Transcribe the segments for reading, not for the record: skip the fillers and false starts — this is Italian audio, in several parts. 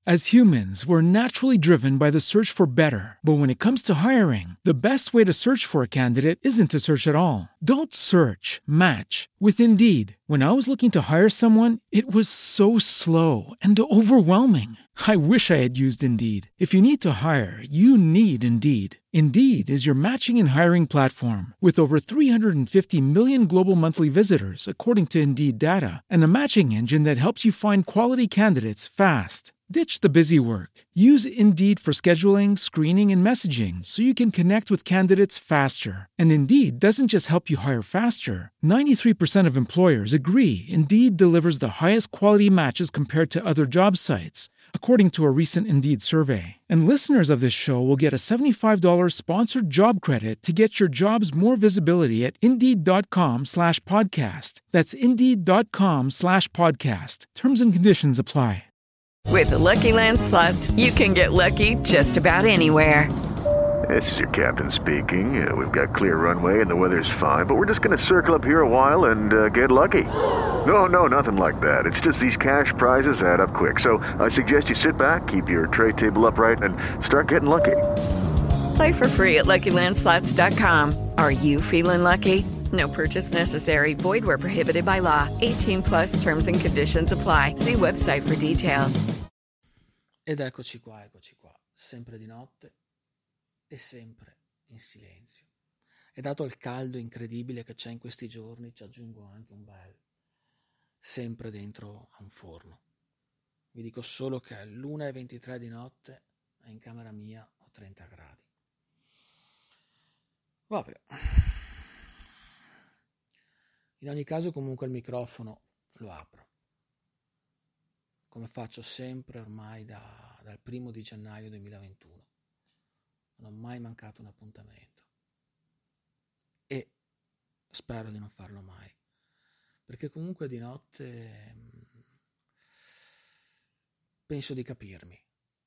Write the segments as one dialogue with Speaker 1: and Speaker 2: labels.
Speaker 1: As humans, we're naturally driven by the search for better. But when it comes to hiring, the best way to search for a candidate isn't to search at all. Don't search, match with Indeed. When I was looking to hire someone, it was so slow and overwhelming. I wish I had used Indeed. If you need to hire, you need Indeed. Indeed is your matching and hiring platform with over 350 million global monthly visitors, according to Indeed data, and a matching engine that helps you find quality candidates fast. Ditch the busy work. Use Indeed for scheduling, screening, and messaging so you can connect with candidates faster. And Indeed doesn't just help you hire faster. 93% of employers agree Indeed delivers the highest quality matches compared to other job sites, according to a recent Indeed survey. And listeners of this show will get a $75 sponsored job credit to get your jobs more visibility at Indeed.com/podcast. That's Indeed.com/podcast. Terms and conditions apply.
Speaker 2: With the Lucky Land Slots, you can get lucky just about anywhere.
Speaker 3: This is your captain speaking. We've got clear runway and the weather's fine, but we're just going to circle up here a while and get lucky. No, nothing like that. It's just these cash prizes add up quick. So I suggest you sit back, keep your tray table upright, and start getting lucky.
Speaker 2: Play for free at LuckyLandSlots.com. Are you feeling lucky? No purchase necessary. Void where prohibited by law. 18 plus terms and conditions apply. See website for details.
Speaker 4: Ed eccoci qua, sempre di notte e sempre in silenzio. E dato il caldo incredibile che c'è in questi giorni, ci aggiungo anche un bel sempre dentro a un forno. Vi dico solo che all'1:23 di notte in camera mia ho 30 gradi. Vabbè. In ogni caso comunque il microfono lo apro, come faccio sempre ormai dal 1 di gennaio 2021. Non ho mai mancato un appuntamento e spero di non farlo mai, perché comunque di notte penso di capirmi,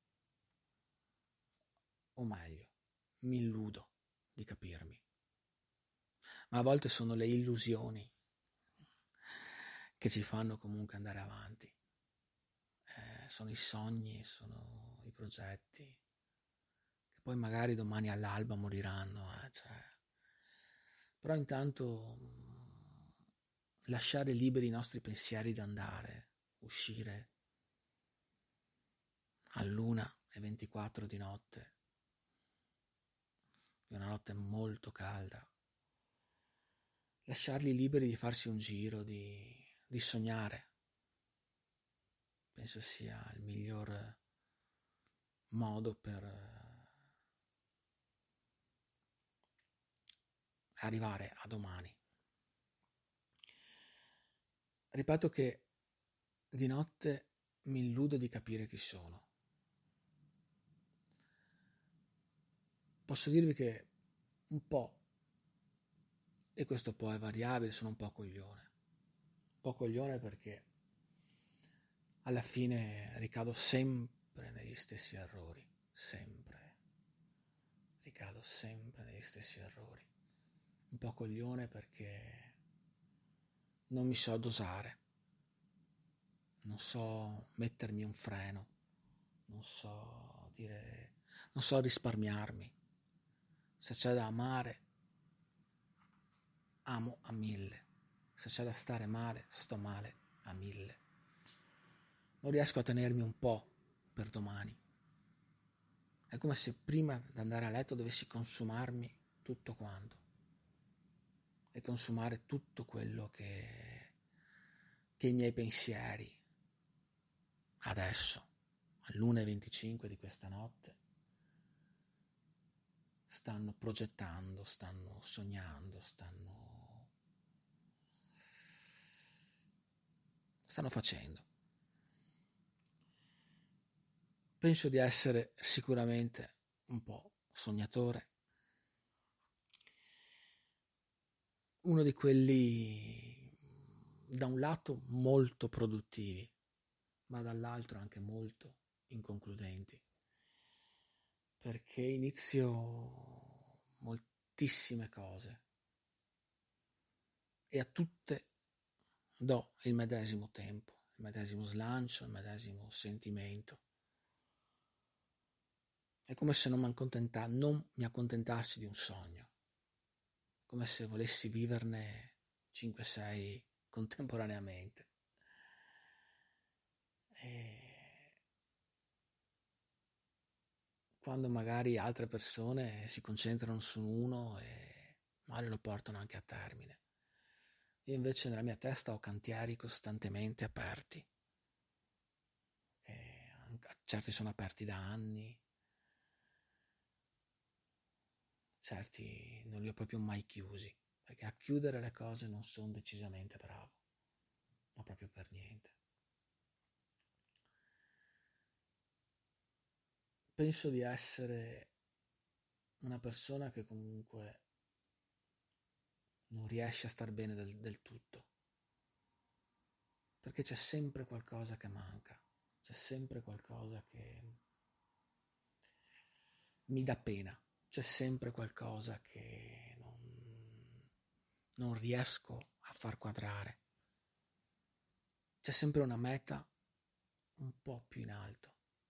Speaker 4: o meglio, mi illudo di capirmi, ma a volte sono le illusioni che ci fanno comunque andare avanti. Sono i sogni, sono i progetti che poi magari domani all'alba moriranno, però intanto lasciare liberi i nostri pensieri di andare, uscire all'1:24 di notte, di una notte molto calda, lasciarli liberi di farsi un giro, di sognare, penso sia il miglior modo per arrivare a domani. Ripeto che di notte mi illudo di capire chi sono. Posso dirvi che un po', e questo po' è variabile, sono un po' coglione. Un po' coglione perché alla fine ricado sempre negli stessi errori, ricado sempre negli stessi errori. Un po' coglione perché non mi so dosare, non so mettermi un freno, non so risparmiarmi. Se c'è da amare, amo a 1000. Se c'è da stare male, sto male a 1000. Non riesco a tenermi un po' per domani. È come se prima di andare a letto dovessi consumarmi tutto quanto e consumare tutto quello che i miei pensieri adesso, all'1:25 di questa notte, stanno progettando, stanno sognando, stanno facendo. Penso di essere sicuramente un po' sognatore, uno di quelli da un lato molto produttivi, ma dall'altro anche molto inconcludenti, perché inizio moltissime cose e a tutte do il medesimo tempo, il medesimo slancio, il medesimo sentimento, È come se non mi accontentassi di un sogno, come se volessi viverne 5-6 contemporaneamente. E quando magari altre persone si concentrano su uno e magari lo portano anche a termine. Io invece nella mia testa ho cantieri costantemente aperti, che certi sono aperti da anni, certi non li ho proprio mai chiusi, perché a chiudere le cose non sono decisamente bravo, ma proprio per niente. Penso di essere una persona che comunque non riesce a star bene del tutto, perché c'è sempre qualcosa che manca, c'è sempre qualcosa che mi dà pena, c'è sempre qualcosa che non riesco a far quadrare, c'è sempre una meta un po' più in alto.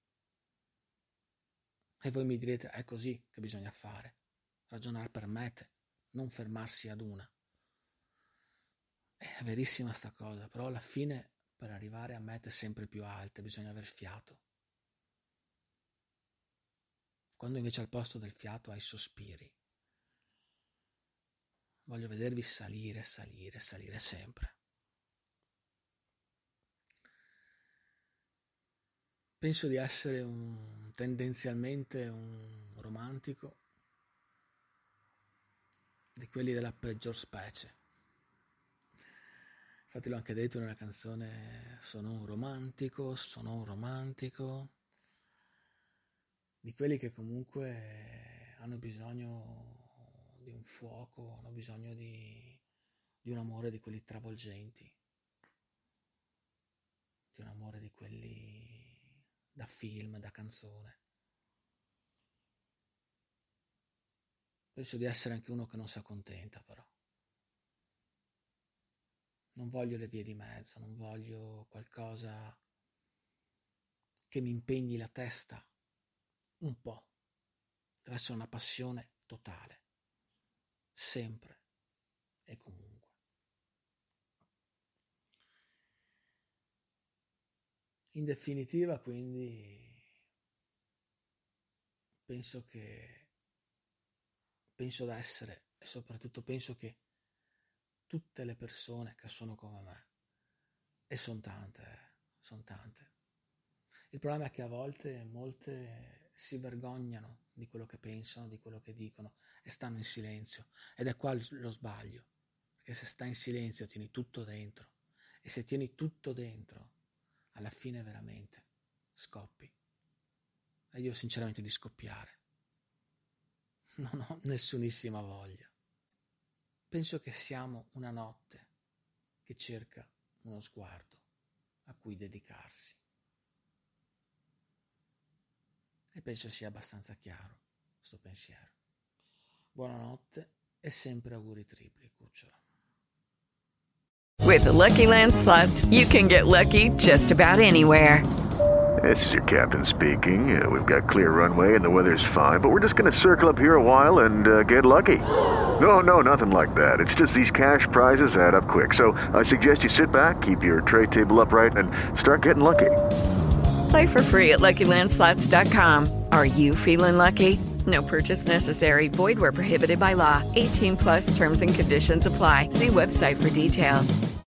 Speaker 4: E voi mi direte, è così che bisogna fare, ragionare per mete, non fermarsi ad una. È verissima sta cosa, però alla fine per arrivare a mete sempre più alte bisogna aver fiato. Quando invece al posto del fiato hai sospiri, voglio vedervi salire, salire, salire sempre. Penso di essere tendenzialmente un romantico, di quelli della peggior specie. Infatti l'ho anche detto in una canzone, sono un romantico, di quelli che comunque hanno bisogno di un fuoco, hanno bisogno di un amore di quelli travolgenti, di un amore di quelli da film, da canzone. Penso di essere anche uno che non si accontenta, però. Non voglio le vie di mezzo, non voglio qualcosa che mi impegni la testa un po'. Deve essere una passione totale, sempre e comunque. In definitiva, quindi, penso da essere, e soprattutto penso che tutte le persone che sono come me, e sono tante, il problema è che a volte molte si vergognano di quello che pensano, di quello che dicono, e stanno in silenzio, ed è qua lo sbaglio, perché se stai in silenzio tieni tutto dentro, e se tieni tutto dentro alla fine veramente scoppi. E io sinceramente di scoppiare non ho nessunissima voglia. Penso che siamo una notte che cerca uno sguardo a cui dedicarsi. E penso sia abbastanza chiaro sto pensiero. Buonanotte e sempre auguri tripli, cucciolo.
Speaker 2: With the Lucky Land Slots, you can get lucky just about anywhere.
Speaker 3: This is your captain speaking. We've got clear runway and the weather's fine, but we're just going to circle up here a while and get lucky. No, nothing like that. It's just these cash prizes add up quick. So I suggest you sit back, keep your tray table upright, and start getting lucky.
Speaker 2: Play for free at LuckyLandSlots.com. Are you feeling lucky? No purchase necessary. Void where prohibited by law. 18+ terms and conditions apply. See website for details.